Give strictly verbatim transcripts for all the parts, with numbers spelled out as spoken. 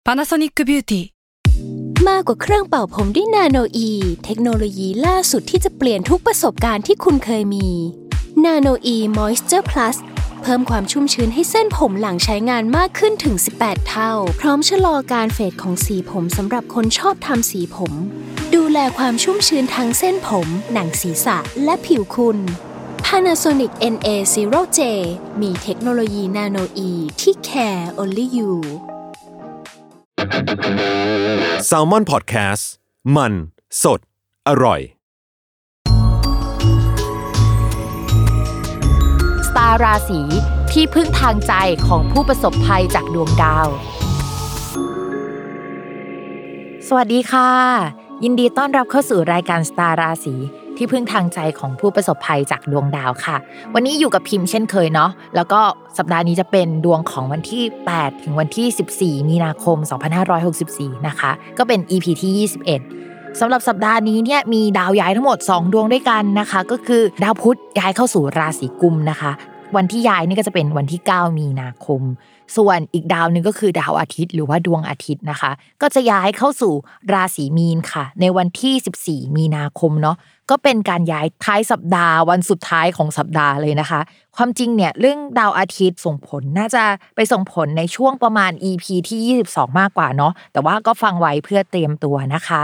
Panasonic Beauty มากกว่าเครื่องเป่าผมด้วยนาโนอีเทคโนโลยีล่าสุดที่จะเปลี่ยนทุกประสบการณ์ที่คุณเคยมีนาโนอีมอยส์เจอร์พลัสเพิ่มความชุ่มชื้นให้เส้นผมหลังใช้งานมากขึ้นถึงสิบแปดเท่าพร้อมชะลอการเฟดของสีผมสำหรับคนชอบทำสีผมดูแลความชุ่มชื้นทั้งเส้นผมหนังศีรษะและผิวคุณ Panasonic เอ็น เอ ศูนย์ เจ มีเทคโนโลยีนาโนอีที่ care only you Salmon Podcast มันสดอร่อยสตาร์ราศีที่พึ่งทางใจของผู้ประสบภัยจากดวงดาวสวัสดีค่ะยินดีต้อนรับเข้าสู่รายการสตาร์ราศีที่พึ่งทางใจของผู้ประสบภัยจากดวงดาวค่ะวันนี้อยู่กับพิมพ์เช่นเคยเนาะแล้วก็สัปดาห์นี้จะเป็นดวงของวันที่แปดถึงวันที่สิบสี่มีนาคมสองพันห้าร้อยหกสิบสี่นะคะก็เป็น อี พี ที่ยี่สิบเอ็ดสำหรับสัปดาห์นี้เนี่ยมีดาวย้ายทั้งหมดสองดวงด้วยกันนะคะก็คือดาวพุธย้ายเข้าสู่ราศีกุมนะคะวันที่ย้ายนี่ก็จะเป็นวันที่เก้ามีนาคมส่วนอีกดาวนึงก็คือดาวอาทิตย์หรือว่าดวงอาทิตย์นะคะก็จะย้ายเข้าสู่ราศีมีนค่ะในวันที่สิบสี่มีนาคมเนาะก็เป็นการย้ายท้ายสัปดาห์วันสุดท้ายของสัปดาห์เลยนะคะความจริงเนี่ยเรื่องดาวอาทิตย์ส่งผลน่าจะไปส่งผลในช่วงประมาณ อี พี ที่ยี่สิบสองมากกว่าเนาะแต่ว่าก็ฟังไว้เพื่อเตรียมตัวนะคะ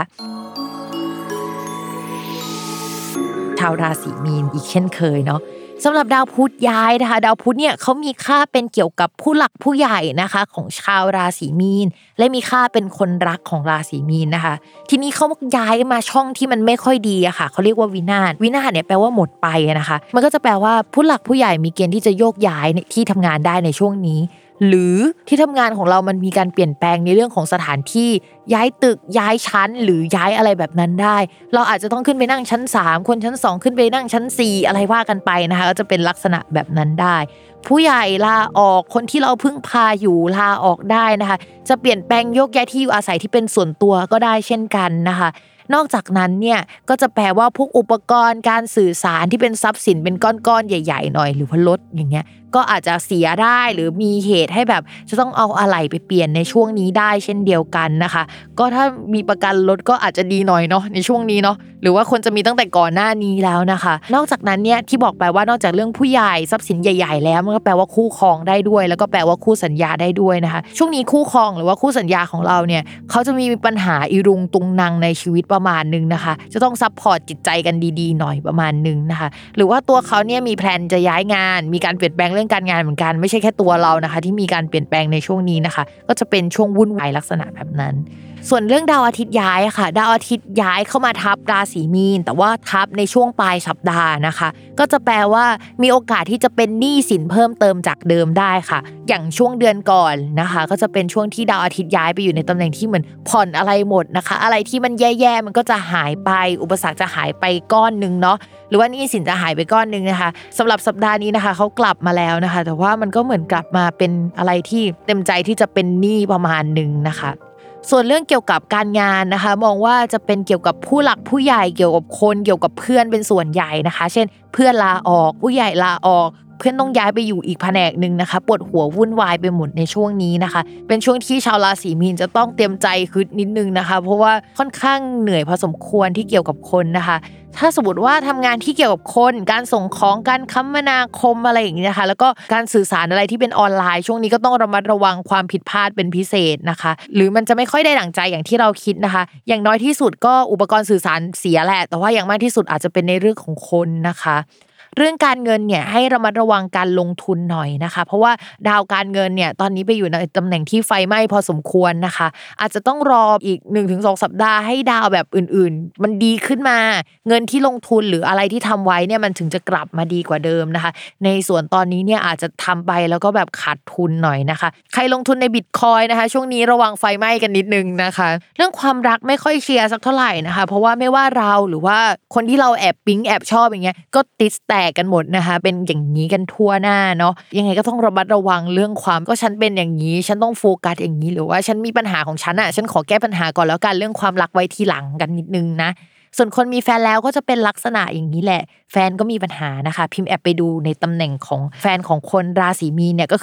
ชาวราศีมีนอีกเช่นเคยเนาะสำหรับดาวพุธย้ายนะคะดาวพุธเนี่ยเขามีค่าเป็นเกี่ยวกับผู้หลักผู้ใหญ่นะคะของชาวราศีมีนและมีค่าเป็นคนรักของราศีมีนนะคะทีนี้เขาย้ายมาช่องที่มันไม่ค่อยดีอะค่ะเขาเรียกว่าวินาศวินาศเนี่ยแปลว่าหมดไปนะคะมันก็จะแปลว่าผู้หลักผู้ใหญ่มีเกณฑ์ที่จะโยกย้ายที่ทำงานได้ในช่วงนี้หรือที่ทำงานของเรามันมีการเปลี่ยนแปลงในเรื่องของสถานที่ย้ายตึกย้ายชั้นหรือย้ายอะไรแบบนั้นได้เราอาจจะต้องขึ้นไปนั่งชั้นสามคนชั้นสองขึ้นไปนั่งชั้นสี่อะไรว่ากันไปนะคะก็จะเป็นลักษณะแบบนั้นได้ผู้ใหญ่ลาออกคนที่เราพึ่งพาอยู่ลาออกได้นะคะจะเปลี่ยนแปลงโยกย้ายที่อยู่อาศัยที่เป็นส่วนตัวก็ได้เช่นกันนะคะนอกจากนั้นเนี่ยก็จะแปลว่าพวกอุปกรณ์การสื่อสารที่เป็นทรัพย์สินเป็นก้อนๆใหญ่ๆหน่อยหรือว่ารถอย่างเงี้ยก็อาจจะเสียได้หรือมีเหตุให้แบบจะต้องเอาอะไหล่ไปเปลี่ยนในช่วงนี้ได้เช่นเดียวกันนะคะก็ถ้ามีประกันรถก็อาจจะดีหน่อยเนาะในช่วงนี้เนาะหรือว่าคนจะมีตั้งแต่ก่อนหน้านี้แล้วนะคะนอกจากนั้นเนี่ยที่บอกไปว่านอกจากเรื่องผู้ใหญ่ทรัพย์สินใหญ่ๆแล้วมันก็แปลว่าคู่ครองได้ด้วยแล้วก็แปลว่าคู่สัญญาได้ด้วยนะคะช่วงนี้คู่ครองหรือว่าคู่สัญญาของเราเนี่ยเขาจะมีปัญหาอีรุงตุงนังในชีวิตประมาณนึงนะคะจะต้องซัพพอร์ตจิตใจกันดีๆหน่อยประมาณนึงนะคะหรือว่าตัวเขาเนี่ยมีแพลนจะย้ายงานมีการเปลี่ยนแปลงเรื่องการงานเหมือนกันไม่ใช่แค่ตัวเรานะคะที่มีการเปลี่ยนแปลงในช่วงนี้นะคะก็จะเป็นช่วงวุ่นวายลักษณะแบบนั้นส่วนเรื่องดาวอาทิตย์ย้ายค่ะดาวอาทิตย์ย้ายเข้ามาทับราศีมีนแต่ว่าทับในช่วงปลายสัปดาห์นะคะก็จะแปลว่ามีโอกาสที่จะเป็นหนี้สินเพิ่มเติมจากเดิมได้ค่ะอย่างช่วงเดือนก่อนนะคะก็จะเป็นช่วงที่ดาวอาทิตย์ย้ายไปอยู่ในตำแหน่งที่เหมือนผ่อนอะไรหมดนะคะอะไรที่มันแย่ๆมันก็จะหายไปอุปสรรคจะหายไปก้อนนึงเนาะหรือว่าหนี้สินจะหายไปก้อนนึงนะคะสำหรับสัปดาห์นี้นะคะเขากลับมาแล้วนะคะแต่ว่ามันก็เหมือนกลับมาเป็นอะไรที่เต็มใจที่จะเป็นหนี้ประมาณนึงนะคะส่วนเรื่องเกี่ยวกับการงานนะคะมองว่าจะเป็นเกี่ยวกับผู้หลักผู้ใหญ่เกี่ยวกับคนเกี่ยวกับเพื่อนเป็นส่วนใหญ่นะคะเช่นเพื่อนลาออกผู้ใหญ่ลาออกเพื่อนต้องย้ายไปอยู่อีกแผนกนึงนะคะปวดหัววุ่นวายไปหมดในช่วงนี้นะคะเป็นช่วงที่ชาวราศีมีนจะต้องเตรียมใจคึดนิดนึงนะคะเพราะว่าค่อนข้างเหนื่อยพอสมควรที่เกี่ยวกับคนนะคะถ้าสมมติว่าทำงานที่เกี่ยวกับคนการส่งของการคมนาคมอะไรอย่างนี้นะคะแล้วก็การสื่อสารอะไรที่เป็นออนไลน์ช่วงนี้ก็ต้องระมัดระวังความผิดพลาดเป็นพิเศษนะคะหรือมันจะไม่ค่อยได้ดั่งใจอย่างที่เราคิดนะคะอย่างน้อยที่สุดก็อุปกรณ์สื่อสารเสียแหละแต่ว่าอย่างมากที่สุดอาจจะเป็นในเรื่องของคนนะคะเรื่องการเงินเนี่ยให้ระมัดระวังการลงทุนหน่อยนะคะเพราะว่าดาวการเงินเนี่ยตอนนี้ไปอยู่ในตำแหน่งที่ไฟไหม้พอสมควรนะคะอาจจะต้องรออีก หนึ่งถึงสอง สัปดาห์ให้ดาวแบบอื่นๆมันดีขึ้นมาเงินที่ลงทุนหรืออะไรที่ทำไว้เนี่ยมันถึงจะกลับมาดีกว่าเดิมนะคะในส่วนตอนนี้เนี่ยอาจจะทำไปแล้วก็แบบขาดทุนหน่อยนะคะใครลงทุนในบิตคอยน์นะคะช่วงนี้ระวังไฟไหม้กันนิดนึงนะคะเรื่องความรักไม่ค่อยเชียร์สักเท่าไหร่นะคะเพราะว่าไม่ว่าเราหรือว่าคนที่เราแอบปิ๊งแอบชอบอย่างเงี้ยก็ติดแตกกันหมดนะคะเป็นอย่างนี้กันทั่วหน้าเนาะยังไงก็ต้องระมัดระวังเรื่องความก็ฉันเป็นอย่างนี้ฉันต้องโฟกัสอย่างนี้หรือว่าฉันมีปัญหาของฉันอ่ะฉันขอแก้ปัญหาก่อนแล้วกันเรื่องความรักไว้ทีหลังกันนิดนึงนะ ส่วนคนมีแฟนแล้วก็จะเป็นลักษณะอย่างนี้แหละแฟนก็มีปัญหานะคะพิมพ์แอบไปดูในตำแหน่งของแฟนของคนราศีมีนเนี่ยก็คือจะ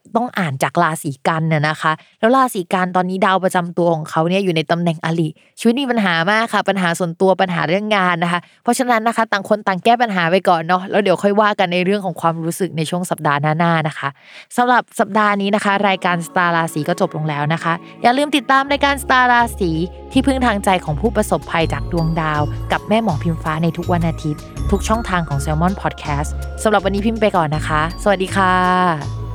ต้องอ่านจากราศีกันน่ะนะคะแล้วราศีกันตอนนี้ดาวประจำตัวของเขาเนี่ยอยู่ในตำแหน่งอริชีวิตมีปัญหามากค่ะปัญหาส่วนตัวปัญหาเรื่องงานนะคะเพราะฉะนั้นนะคะต่างคนต่างแก้ปัญหาไปก่อนเนาะแล้วเดี๋ยวค่อยว่ากันในเรื่องของความรู้สึกในช่วงสัปดาห์หน้าๆนะคะสำหรับสัปดาห์นี้นะคะรายการสตาร์ราศีก็จบลงแล้วนะคะอย่าลืมติดตามรายการสตาร์ราศีที่พึ่งทางใจของผู้ประสบภัยจากดวงดาวกับแม่หมอพิมฟ้าในทุกวันอาทิตย์ทุกช่องทางของ Salmon Podcast สำหรับวันนี้พิมพ์ไปก่อนนะคะสวัสดีค่ะ